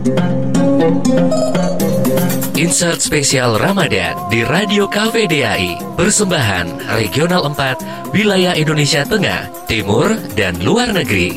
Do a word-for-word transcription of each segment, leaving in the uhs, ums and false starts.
Insert spesial Ramadan di Radio K V D A I. Persembahan Regional empat, Wilayah Indonesia Tengah, Timur, dan Luar Negeri.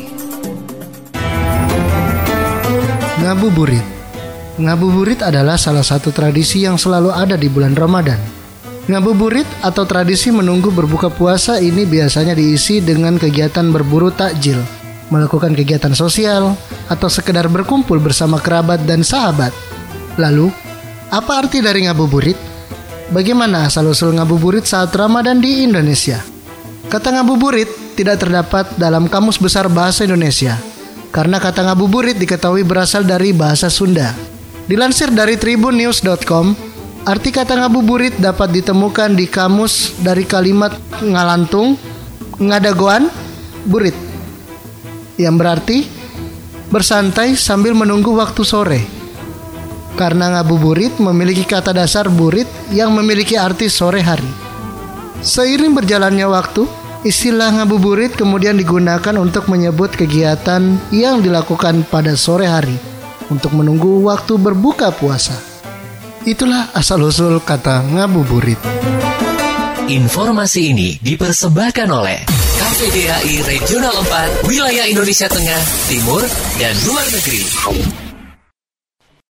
Ngabuburit. Ngabuburit adalah salah satu tradisi yang selalu ada di bulan Ramadan. Ngabuburit atau tradisi menunggu berbuka puasa ini biasanya diisi dengan kegiatan berburu takjil, melakukan kegiatan sosial, atau sekedar berkumpul bersama kerabat dan sahabat. Lalu, apa arti dari ngabuburit? Bagaimana asal-usul ngabuburit saat Ramadan di Indonesia? Kata ngabuburit tidak terdapat dalam Kamus Besar Bahasa Indonesia, karena kata ngabuburit diketahui berasal dari bahasa Sunda. Dilansir dari tribun news dot com, arti kata ngabuburit dapat ditemukan di kamus dari kalimat ngalantung, ngadagoan, burit, yang berarti bersantai sambil menunggu waktu sore. Karena ngabuburit memiliki kata dasar burit yang memiliki arti sore hari. Seiring berjalannya waktu, istilah ngabuburit kemudian digunakan untuk menyebut kegiatan yang dilakukan pada sore hari untuk menunggu waktu berbuka puasa. Itulah asal-usul kata ngabuburit. Informasi ini dipersembahkan oleh K V D A I Regional empat, Wilayah Indonesia Tengah, Timur, dan Luar Negeri.